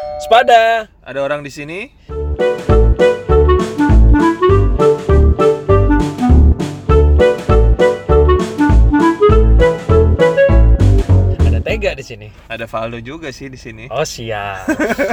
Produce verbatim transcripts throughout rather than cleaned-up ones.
Sepada. Ada orang di sini. Ada Tega di sini. Ada Valdo juga sih di sini. Oh, siap.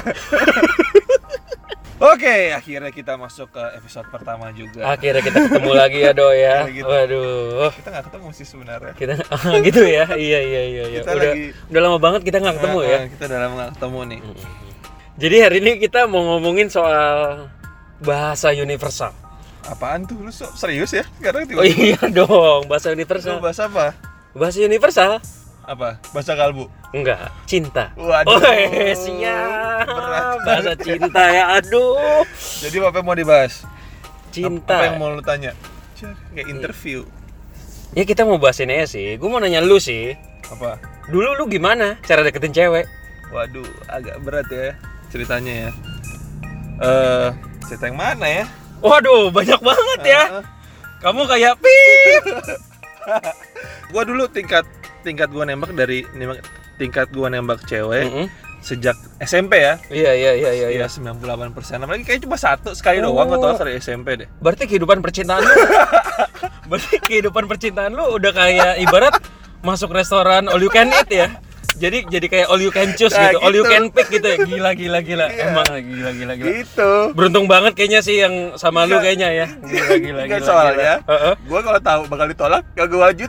Oke, akhirnya kita masuk ke episode pertama juga. Akhirnya kita ketemu lagi ya, Do ya. Gitu. Waduh. Kita nggak ketemu sih sebenarnya. Kita oh, gitu ya. Iya iya iya iya. Kita Udah lagi- udah lama banget kita nggak ketemu Nah, ya. nah, Kita udah lama nggak ketemu nih. Jadi hari ini kita mau ngomongin soal bahasa universal. Apaan tuh? Lu so- serius ya? Sekarang Oh iya dong, bahasa universal. Lu bahasa apa? Bahasa universal? Apa? Bahasa kalbu? Enggak, cinta. Waduh. Oh, siap. Berat. Bahasa cinta ya, aduh. Jadi apa yang mau dibahas? Cinta. Apa yang mau lu tanya? Cah, kayak interview. Ya kita mau bahas ini aja sih. Gue mau nanya lu sih. Apa? Dulu lu gimana cara deketin cewek? Waduh, agak berat ya ceritanya ya. Eh, cerita yang mana ya? Waduh, banyak banget ya. Uh, Kamu kayak pip. gua dulu tingkat tingkat gua nembak dari nembak, tingkat gua nembak cewek Mm-mm. sejak S M P ya. Iya iya iya iya. Iya, iya. sembilan puluh delapan persen. Apalagi kayaknya cuma satu sekali Oh. doang atau dari S M P deh. Berarti kehidupan percintaan lu Berarti kehidupan percintaan lu udah kayak ibarat masuk restoran all you can eat ya. Jadi jadi kayak all you can choose Nah, gitu, all you gitu. can pick gitu ya. Gila gila gila. Iya. Emang gila gila gila. Gitu. Beruntung banget kayaknya sih yang sama lu Enggak. kayaknya ya. Gila gila Enggak, gila. soalnya gila. Heeh. gua kalau tahu bakal ditolak gak gua lanjut.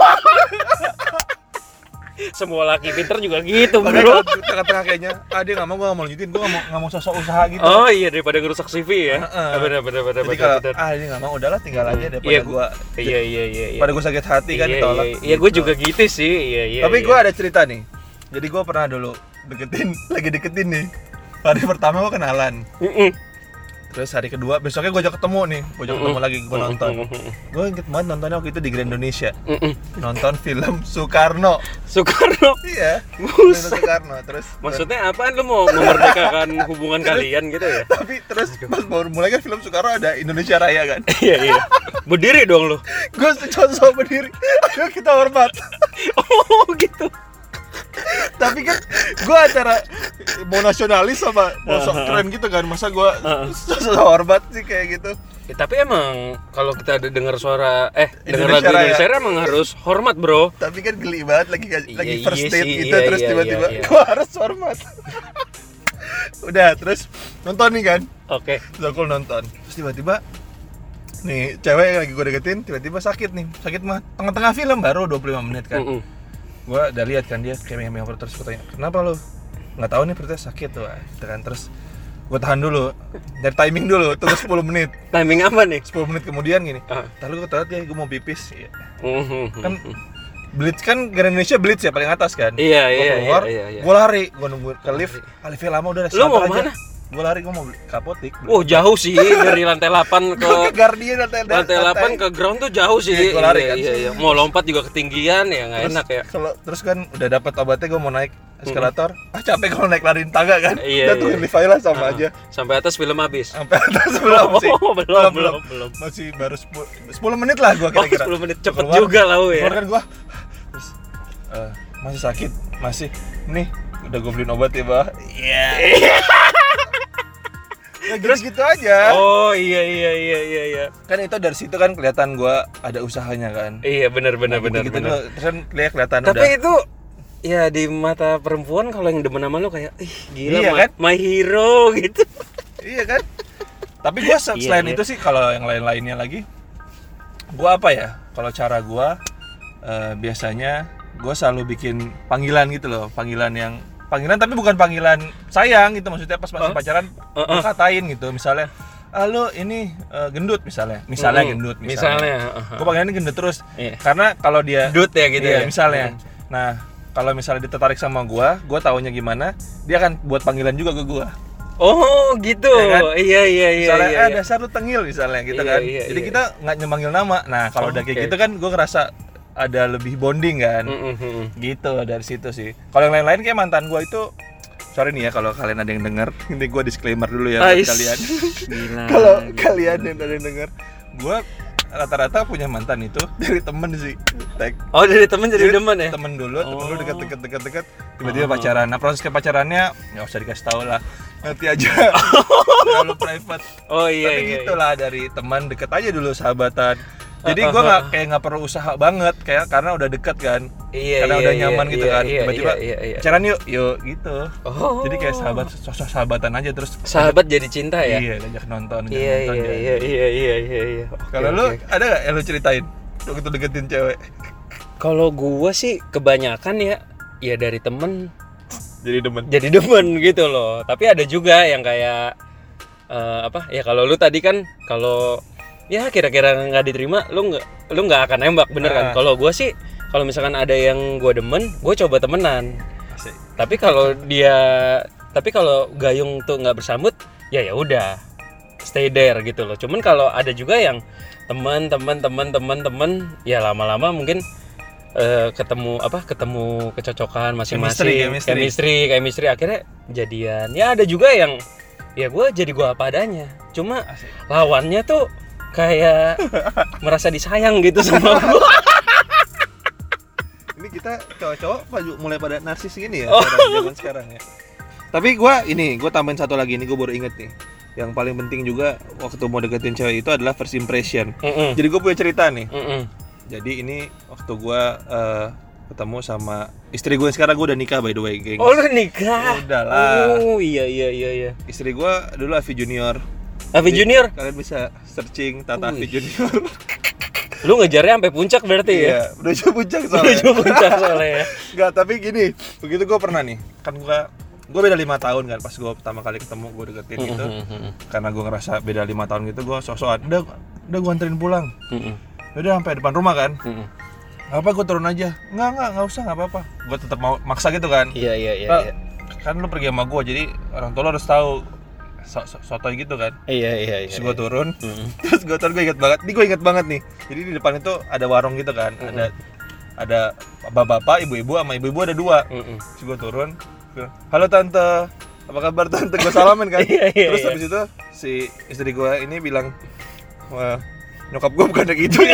Semua laki pinter juga gitu, Makanya Bro. kalau tengah-tengah kayaknya, ah dia nggak mau, gua nggak mau lanjutin, gua nggak mau nggak mau sosok usaha gitu. Oh iya, daripada ngerusak C V ya. Heeh. Benar benar benar Jadi benar. kalau benar. ah dia nggak mau, udahlah tinggal aja daripada Iya, gua, Iya iya iya iya. pada gua sakit hati kan Iya, ditolak. Iya, iya gue gitu. juga gitu sih. Iya iya. Tapi iya. gua ada cerita nih. Jadi gua pernah dulu deketin, lagi deketin nih. Hari pertama gua kenalan. Mm-mm. Terus hari kedua besoknya gua ajak ketemu nih, gua ajak ketemu lagi gua nonton. Gua inget banget nontonnya waktu itu di Grand Indonesia. Mm-mm. Nonton film Soekarno. Soekarno. Iya. Buset. Film Soekarno. Terus Maksudnya apaan lu mau memerdekakan hubungan kalian gitu ya? tapi terus pas baru mulai kan film Soekarno ada Indonesia Raya kan. Iya iya. Berdiri dong lu. Gue sosok berdiri, ayo kita hormat. Oh gitu. Tapi kan gue acara mau nasionalis sama mau sok keren gitu kan, masa gue sosok hormat sih kayak gitu. Ya, tapi emang kalau kita de- dengar suara eh dengar Indonesia lagu Raya. Indonesia Raya emang harus hormat, Bro. Tapi kan geli banget lagi Iya, lagi iya first date sih, gitu, iya, terus iya, tiba-tiba iya, iya. gue harus hormat. Udah terus nonton nih kan, Oke. terus aku nonton, terus tiba-tiba nih cewek yang lagi gue deketin tiba-tiba sakit nih, sakit mah tengah-tengah film baru dua puluh lima menit kan. Mm-mm. Gue udah lihat kan dia kayak megang perut, terus gue tanya kenapa lo nggak tahu nih perutnya sakit tuh gitu kan. Terus gue tahan dulu dari timing dulu tunggu sepuluh menit. Timing apa nih? Sepuluh menit kemudian gini, Ah. lalu gue tahu ya gue mau pipis ya. Mhm. Kan Blitz kan Grand Indonesia Blitz ya paling atas kan. Iya, Gue iya, keluar, iya, iya. gue lari, gue nunggu ke lift, ah, liftnya lama udah. Lu mau kemana? Gue lari, gue mau beli ke apotik. Oh jauh sih dari lantai delapan ke Gue ke Guardian lantai lantai delapan ke ground tuh jauh sih. Iya, gua lari Iya, kan. iya, iya. Mau lompat juga ketinggian ya nggak Terus, enak ya. Kalau terus kan udah dapat obatnya, gue mau naik eskalator. Ah capek kalau naik lariin tangga kan. Iya, Udah tuh iya. lift aja lah sama Ah, aja. Sampai atas film habis. Sampai atas belum sih. Oh, belum, belum, belum. Masih baru sepuluh, sepuluh menit lah gua Oh, kira-kira. sepuluh menit cepet Keluar- juga lah lu ya. Keluar kan gua. Terus eh, masih sakit, masih. Nih, udah gua beliin obat ya, Bah. Iya. Ya terus gitu aja. Oh iya iya iya iya iya. Kan itu dari situ kan kelihatan gua ada usahanya kan. Iya benar benar Nah, benar gitu benar. dulu. Terus kan kelihatan kelihatan Tapi udah. itu ya di mata perempuan kalau yang demen sama lu kayak ih gila Iya my, kan? my hero gitu. Iya kan? Tapi gua se- Iya, selain iya. itu sih kalau yang lain-lainnya lagi, gua apa ya? Kalau cara gua eh, biasanya gua selalu bikin panggilan gitu loh, panggilan yang panggilan tapi bukan panggilan sayang gitu, maksudnya pas masih Oh. pacaran Uh-uh. gua katain gitu, misalnya ah lu ini eh, gendut misalnya, misalnya Mm-mm. gendut misalnya. Misalnya, uh-huh. Gua panggilannya gendut terus. Iya. Karena kalau dia Dut ya gitu iya, ya. misalnya. Hmm. Nah, kalau misalnya dia tertarik sama gua, gua taunya gimana, dia akan buat panggilan juga ke gua. Oh gitu. Iya kan? Iya iya iya. Misalnya, iya, ah iya. dasar lu tengil misalnya gitu Iya, kan. iya, Jadi iya. kita nggak nyemanggil nama. Nah, kalau Oh, udah kayak oke. gitu kan gua ngerasa ada lebih bonding kan. Mm-mm. Gitu dari situ sih. Kalau yang lain-lain kayak mantan gua itu, sorry nih ya kalau kalian ada yang denger, ini gua disclaimer dulu ya buat Ais. kalian. Gila. Kalau gila, kalian gila. yang ada yang denger, gua rata-rata punya mantan itu dari temen sih, Tek. Oh, dari temen jadi demen ya? Temen dulu, temen Oh. dulu deket-deket-deket, tiba-tiba Oh. pacaran. Nah proses ke pacarannya nggak usah dikasih tahu lah, nanti aja terlalu private. Oh iya Tapi iya. gitulah dari teman deket aja dulu sahabatan. Jadi gue nggak kayak nggak perlu usaha banget kayak karena udah deket kan, Iya, karena iya, udah iya, nyaman gitu iya, kan. iya, Tiba-tiba iya, iya. pacaran yuk, yuk gitu. Oh. Jadi kayak sahabat, sosok sahabatan aja terus. Sahabat jadi cinta ya? Iya, ngajak nonton, ngajak Iya nonton. iya jalan. iya iya iya iya iya. Oke, Kalau lu oke. ada nggak yang lu ceritain waktu deketin cewek? Kalau gua sih kebanyakan ya ya dari temen Jadi demen. jadi demen gitu loh. Tapi ada juga yang kayak eh, apa? Ya kalau lu tadi kan kalau ya kira-kira nggak diterima, lu nggak lu nggak akan nembak bener kan? Nah. Kalau gua sih kalau misalkan ada yang gua demen, gua coba temenan. Asik. Tapi kalau dia tapi kalau gayung tuh nggak bersambut, ya ya udah stay there gitu loh. Cuman kalau ada juga yang teman teman teman teman teman ya lama-lama mungkin eh, ketemu apa ketemu kecocokan masing-masing, Chemistry, chemistry. chemistry, chemistry, akhirnya jadian. Ya ada juga yang ya gue jadi gue apa adanya. Cuma Asik. lawannya tuh kayak merasa disayang gitu sama gue. Ini kita cowok-cowok paju- mulai pada narsis gini ya Oh. sekarang, zaman sekarang ya. Tapi gua ini, gua tambahin satu lagi nih, gua baru inget nih. Yang paling penting juga waktu mau deketin cewek itu adalah first impression. Mm-mm, Jadi gua punya cerita nih. mm-mm. Jadi ini waktu gua eh, ketemu sama istri gue, sekarang gua udah nikah by the way, geng. Oh lu nikah? Udah lah. Oh iya iya iya iya. Istri gua dulu Avi Junior. Avi Jadi, Junior? Kalian bisa searching Tata Avi Wih. Junior. Lu ngejarnya sampai puncak berarti ya? Iya, udah coba puncak soalnya. Menuju puncak soalnya ya. Enggak, tapi gini, begitu gue pernah nih, kan gue gue beda lima tahun kan pas gue pertama kali ketemu gue deketin gitu, karena gue ngerasa beda lima tahun gitu, gue sok-sokan udah udah gue anterin pulang, udah sampai depan rumah kan, apa gue turun aja, nggak nggak nggak usah nggak apa-apa, gue tetap mau maksa gitu kan, Iya iya iya. Pak, iya. kan lu pergi sama gue jadi orang tua lu harus tahu so, so, sotoy gitu kan. Iya iya iya. Terus gue turun, Mm-mm. terus gue turun gue inget banget, ini gue inget banget nih. Jadi di depan itu ada warung gitu kan, Mm-mm. ada ada bapak-bapak, ibu-ibu sama ibu-ibu ada dua. Mm-mm. Terus gue turun, gue, halo tante, apa kabar tante? Gue salamin kan. Iya, iya, Terus iya. habis itu si istri gue ini bilang, wah nyokap gue bukan kayak gitu ya.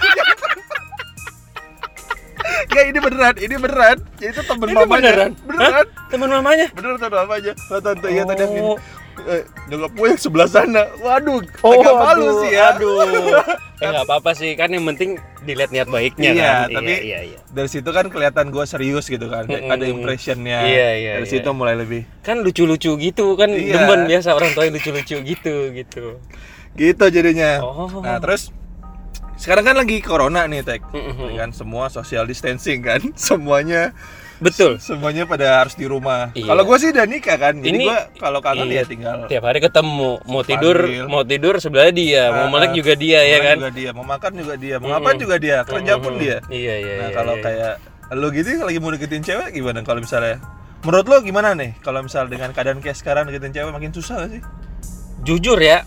Enggak, ini beneran, ini beneran. Jadi itu temen Ini mamanya. beneran? Beneran. Hah? Teman mamanya? Bener temen mamanya. Halo tante, iya tadi aku gini. Oh. Eh, nyokap gue yang sebelah sana. Waduh, Oh, agak malu aduh, sih ya. Aduh. Eh nggak apa-apa sih, kan yang penting dilihat niat baiknya Iya, kan. tapi iya, iya, iya. dari situ kan kelihatan gue serius gitu kan. Mm-mm. Ada impressionnya. Iya, iya, Dari iya. situ mulai lebih. Kan lucu-lucu gitu kan, Iya. demen biasa orang tua yang lucu-lucu gitu gitu. Gitu jadinya. Oh. Nah terus sekarang kan lagi corona nih Tek. Mm-mm. Kan semua social distancing kan. Semuanya Betul. semuanya pada harus di rumah. Iya. Kalau gue sih udah nikah kan. Jadi Ini- gue kalau kangen iya. ya tinggal. Tiap hari ketemu, mau tidur, Panggil. mau tidur sebelah dia, mau Ah, melek juga dia ya makan kan. juga dia, mau makan juga dia, mau Mm-mm. ngapain juga dia, kerja pun Mm-mm. dia. Iya iya. Nah iya, kalau iya. kayak lo gitu lagi mau deketin cewek gimana kalau misalnya? Menurut lo gimana nih? Kalau misal dengan keadaan kayak sekarang deketin cewek makin susah gak sih? jujur ya,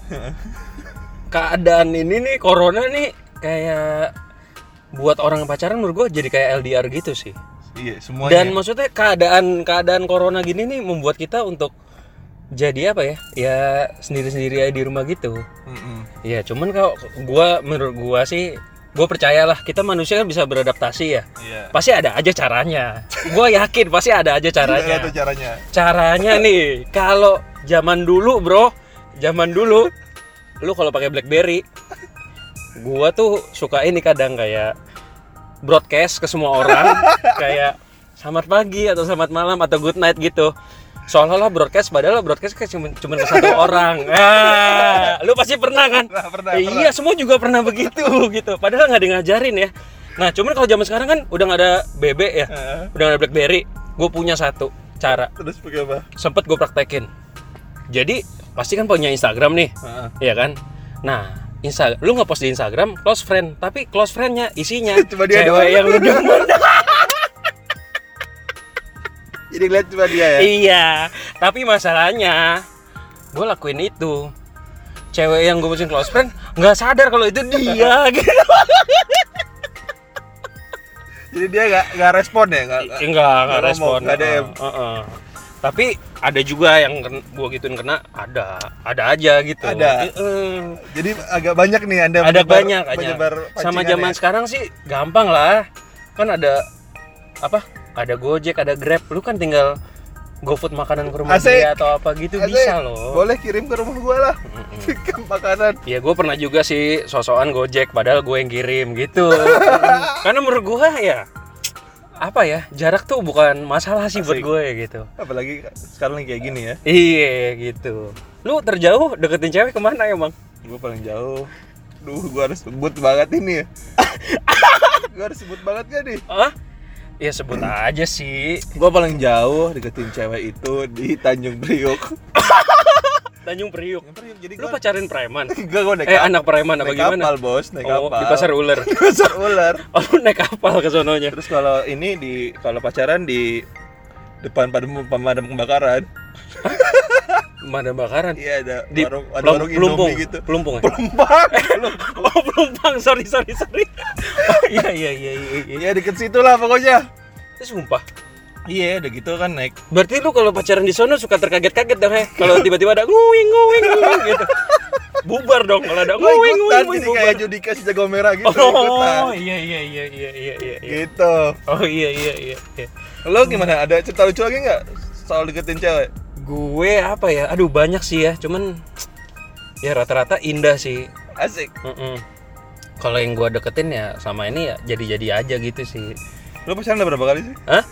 keadaan ini nih corona nih kayak buat orang pacaran menurut gue jadi kayak L D R gitu sih. Iya semuanya. Dan maksudnya keadaan keadaan corona gini nih membuat kita untuk jadi apa ya? Ya sendiri-sendiri aja di rumah gitu. Mm-mm. Ya cuman kalau gua menurut gua sih gua percayalah kita manusia kan bisa beradaptasi ya. Iya. Pasti ada aja caranya. Gua yakin pasti ada aja Gimana caranya. tuh caranya? Caranya nih kalau zaman dulu, Bro. Zaman dulu lu kalau pakai BlackBerry gua tuh suka ini kadang kayak broadcast ke semua orang kayak selamat pagi atau selamat malam atau good night gitu. Seolah-olah broadcast padahal broadcast kayak cuma cuma ke satu orang. Ah, lu pasti pernah kan? Pernah, pernah, Eh, pernah. iya, semua juga pernah begitu gitu. Padahal nggak ada yang ngajarin ya. Nah, cuman kalau zaman sekarang kan udah nggak ada B B ya. Heeh. Udah nggak ada BlackBerry. Gue punya satu cara. Terus pakai apa? Sempet gue praktekin. Jadi pasti kan punya Instagram nih, Heeh. ya kan? Nah, Insta, lu nggak post di Instagram close friend, tapi close friendnya isinya Cuma dia cewek doang. yang lu demen. Jadi lihat cuma dia ya. Iya, tapi masalahnya gue lakuin itu. Cewek yang gue posting close friend nggak sadar kalau itu dia gitu. Jadi dia nggak nggak respon ya? Nggak Enggak, enggak ngomong, respon. nggak D M. Heeh, heeh. Tapi ada juga yang ken- gua gituin kena, ada, ada aja gitu. Ada. Eh, Jadi agak banyak nih Anda ada menyebar- banyak aja. menyebar Sama pancingan zaman ya. sekarang sih gampang lah. Kan ada apa? Ada Gojek, ada Grab. Lu kan tinggal GoFood makanan ke rumah Asik. dia atau apa gitu Asik. bisa loh. Boleh kirim ke rumah gua lah. Kirim makanan. Ya gue pernah juga sih sosokan Gojek padahal gue yang kirim gitu. Karena menurut gue ya apa ya, jarak tuh bukan masalah sih buat Asik. gue gitu. Apalagi sekarang lagi kayak gini ya. Iya gitu. Lu terjauh deketin cewek kemana emang? Gue paling jauh. Duh, gue harus sebut banget ini ya. Gue harus sebut banget gak nih? Hah? Ya sebut aja sih. Gue paling jauh deketin cewek itu di Tanjung Priok. Tanjung Priuk. Tanjung Priok. Jadi Lu gue pacarin preman? Enggak, gue naik Eh kapal. anak preman apa Naik gimana? kapal, Bos, naik Oh, kapal. di pasar ular. Di pasar ular. Oh, lu naik kapal ke sononya. Terus kalau ini di kalau pacaran di depan pemadam pemadam kebakaran. Pemadam bakaran. Iya, ada Di warung ada Pelum- warung Pelumpung. Indomie gitu. Pelumpung ya? Pelumpang. Oh, Pelumpang. Sorry, sorry, sorry. Oh, iya, iya, iya, iya, iya. Iya, deket situ lah pokoknya. Itu sumpah. Iya, udah gitu kan naik. Berarti lu kalau pacaran di sono suka terkaget-kaget dong ya? Kalau tiba-tiba ada nguing nguing nguing gitu. Bubar dong kalau ada Gue nguing ikutan nguing jadi bubar. kayak Judika si jago merah gitu ikutan. Oh, iya iya iya iya iya iya. iya. Gitu. Oh iya iya iya. iya. Lo gimana? Ada cerita lucu lagi nggak soal deketin cewek? Gue apa ya? Aduh banyak sih ya, cuman ya rata-rata indah sih. Asik. Mm-mm. Kalau yang gue deketin ya sama ini ya jadi-jadi aja gitu sih. Lo pacaran udah berapa kali sih? Hah?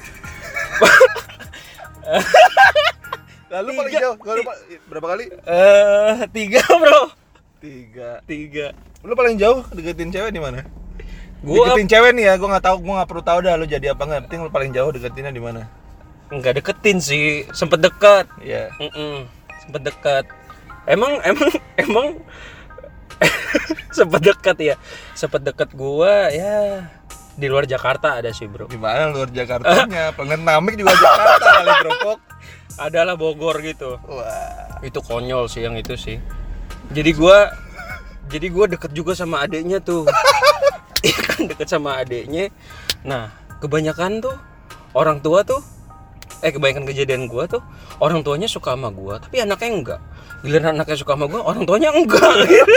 Lalu paling Tiga. jauh, gua lupa berapa kali? Eh tiga bro. Tiga. Tiga. Lo paling jauh deketin cewek di mana? Gue Deketin cewek nih ya, gua nggak tahu, gua nggak perlu tahu dah lo jadi apa nggak. Penting lo paling jauh deketinnya di mana? nggak deketin sih, sempet dekat. Iya. Mm-mm, sempet dekat. Emang emang emang sempet dekat ya. Sempet dekat gua ya di luar Jakarta ada sih, Bro. Di mana luar Jakartanya? Planet Namik juga Jakarta kali Bro. Adalah Bogor gitu. Wah. Itu konyol sih yang itu sih. Jadi gua jadi gua deket juga sama adeknya tuh. Iya kan deket sama adeknya. Nah, kebanyakan tuh orang tua tuh eh kebanyakan kejadian gua tuh orang tuanya suka sama gua, tapi anaknya enggak. Giliran anaknya suka sama gua, orang tuanya enggak.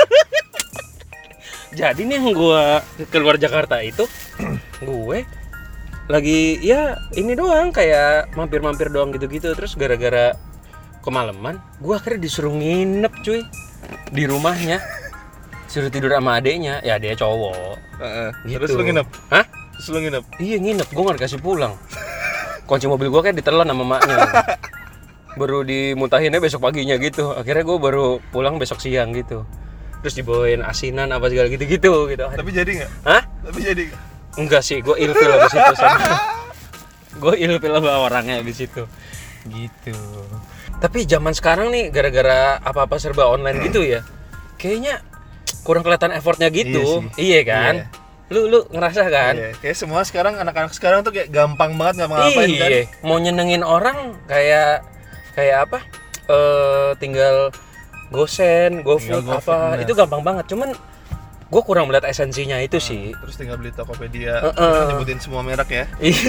Jadi nih yang gua keluar Jakarta itu gue lagi ya ini doang kayak mampir-mampir doang gitu-gitu, terus gara-gara kemalaman gua akhirnya disuruh nginep cuy di rumahnya, suruh tidur sama adeknya, ya adeknya cowok. Heeh. Gitu. Terus lo nginep? Hah? Terus lo nginep? Iya nginep, gua nggak dikasih pulang. Kunci mobil gua kayak ditelan sama maknya. Baru dimuntahinnya besok paginya gitu. Akhirnya gua baru pulang besok siang gitu. Terus dibawain asinan apa segala gitu-gitu gitu. Tapi jadi nggak? Hah? Tapi jadi nggak? Enggak sih, gue ilfil abis itu sama gue ilfil sama orangnya abis itu gitu. Tapi zaman sekarang nih gara-gara apa-apa serba online gitu ya, kayaknya kurang kelihatan effortnya gitu. Iya Iya kan? Iya. Lu lu ngerasa kan? Iya. Kayak semua sekarang anak-anak sekarang tuh kayak gampang banget nggak ngapain kan? Iya, mau nyenengin orang kayak kayak apa? Eh tinggal gosen, GoFood Tinggal GoFood, apa, bener. itu gampang banget. Cuman gue kurang melihat esensinya itu sih. Terus tinggal beli Tokopedia, Uh-uh. terus nyebutin semua merek ya.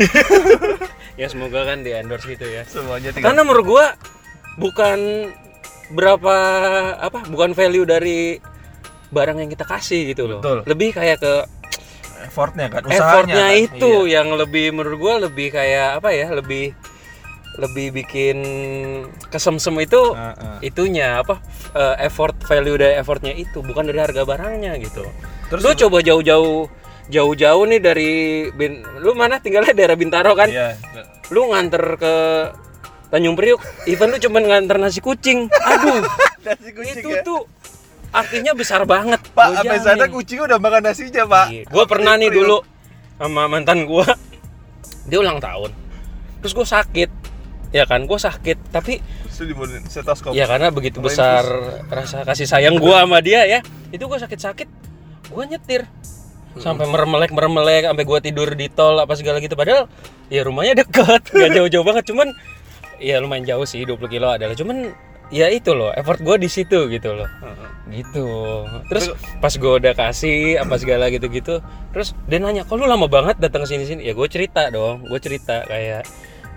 Ya semoga kan di endorse gitu ya. Semuanya tinggal. Karena menurut gua bukan berapa apa bukan value dari barang yang kita kasih gitu loh. Betul. Lebih kayak ke effortnya kan, usahanya effortnya kan? itu Iya. yang lebih menurut gua lebih kayak apa ya, lebih lebih bikin kesemsem itu Uh-uh. itunya apa eh, effort value dari effortnya itu bukan dari harga barangnya gitu. Terus Lu coba jauh-jauh jauh-jauh nih dari Bin, lu mana tinggalnya daerah Bintaro kan? Iya. Lu nganter ke Tanjung Priuk, even lu cuma nganter nasi kucing. Aduh, Nasi kucing itu ya. tuh artinya besar banget. Pak, sampai sana kucing udah makan nasinya, Pak. Gue pernah nih Priuk. dulu sama mantan gue, dia ulang tahun. Terus gue sakit, ya kan? Gue sakit, tapi Terus dibunuhin stetoskop. ya karena begitu Sama besar rasa kasih sayang gue sama dia ya, itu gue sakit-sakit, gue nyetir sampai meremelek meremelek sampai gue tidur di tol apa segala gitu. Padahal ya rumahnya deket, nggak jauh-jauh banget, cuman ya lumayan jauh sih, dua puluh kilo adalah. Cuman ya itu loh, effort gue di situ gitu loh. Gitu. Terus pas gue udah kasih apa segala gitu-gitu, terus dia nanya, "Kok lu lama banget datang ke sini-sini?" Ya gue cerita dong, gue cerita kayak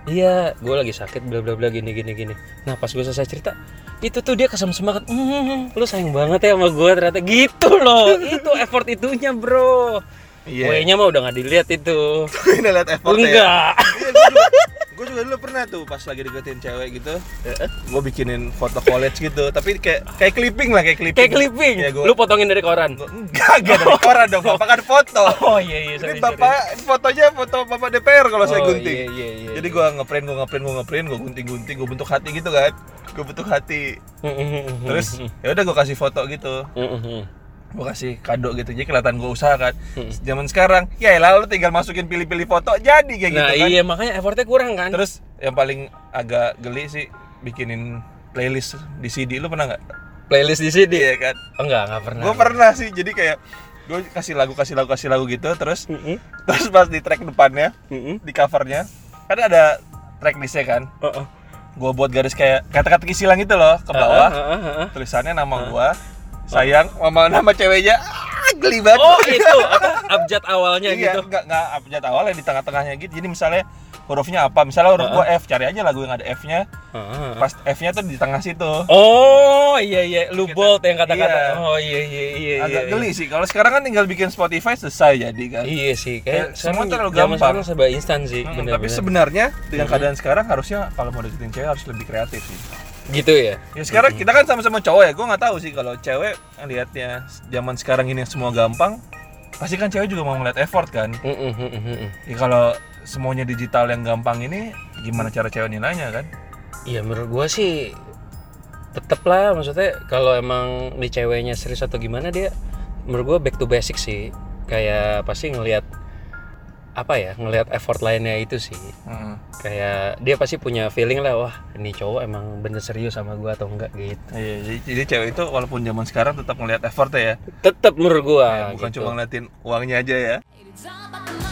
iya gue lagi sakit bla bla bla gini gini gini. Nah pas gue selesai cerita itu tuh dia kesem semangat, mm, lu sayang banget ya sama gue ternyata gitu loh. Itu effort itunya bro. Iya. W-nya mah udah nggak dilihat itu. Ini lihat effort ya. Enggak. Iya, gue juga, gue juga dulu pernah tuh pas lagi deketin cewek gitu, gue bikinin foto college gitu, tapi kayak kayak clipping lah, kayak clipping. Kayak clipping. Ya, gua, Lu potongin dari koran. Gua, enggak, enggak dari koran dong, bapak kan foto. Oh iya iya. Ini Sorry, bapak sorry. fotonya foto bapak D P R kalau Oh, saya gunting. Iya, iya, iya, Jadi iya. gue ngeprint, gue ngeprint, gue ngeprint, gue gunting-gunting, gue bentuk hati gitu kan, gue bentuk hati. Terus ya udah gue kasih foto gitu. Gue kasih kado gitu, jadi kelihatan gue usaha kan. Zaman sekarang, ya elah lu tinggal masukin pilih-pilih foto jadi kayak Nah gitu kan. iya makanya effortnya kurang kan. Terus yang paling agak geli sih bikinin playlist di C D, lu pernah nggak? Playlist di C D. Iya kan? Oh, enggak enggak pernah. Gue pernah sih, jadi kayak gue kasih lagu kasih lagu kasih lagu gitu, terus Mm-mm. terus pas di track depannya, Mm-mm. di covernya kan ada track listnya kan. Oh, oh. Gue buat garis kayak kata-kata kisilang gitu loh ke bawah. Ah, ah, ah, ah. Tulisannya nama gua, sayang, mama nama ceweknya. Ah, geli banget. Oh itu apa abjad awalnya iya, gitu. enggak enggak abjad awalnya di tengah-tengahnya gitu. Jadi misalnya hurufnya apa? Misalnya huruf gua F, cari aja lagu yang ada F-nya. Ah, ah, ah. Pas F-nya tuh di tengah situ. Oh iya iya, lu bold yang kata-kata. Iya. Oh iya iya iya. Agak iya, geli sih. Kalau sekarang kan tinggal bikin Spotify selesai jadi kan. Iya sih, Kayak kayak semua sekarang terlalu zaman gampang. sekarang serba instan sih. Hmm, bener, tapi bener. sebenarnya dengan Mhm. keadaan sekarang harusnya kalau mau deketin cewek harus lebih kreatif sih. gitu ya. Ya sekarang kita kan sama-sama cowok ya. Gua nggak tahu sih kalau cewek lihatnya zaman sekarang ini semua gampang. Pasti kan cewek juga mau ngeliat effort kan. Mm-mm, mm-mm, mm-mm. Ya kalau semuanya digital yang gampang ini gimana cara cewek nilainya kan? Iya menurut gua sih tetep lah, maksudnya kalau emang nih ceweknya serius atau gimana dia, menurut gua back to basic sih. Kayak pasti ngelihat apa ya, ngelihat effort lainnya itu sih. Hmm. Kayak dia pasti punya feeling lah, wah ini cowok emang bener serius sama gua atau enggak gitu. Iya, jadi, jadi cewek itu walaupun zaman sekarang tetap ngelihat effortnya ya. Tetep menurut gua Ya, bukan gitu. cuma ngeliatin uangnya aja ya. It's all about the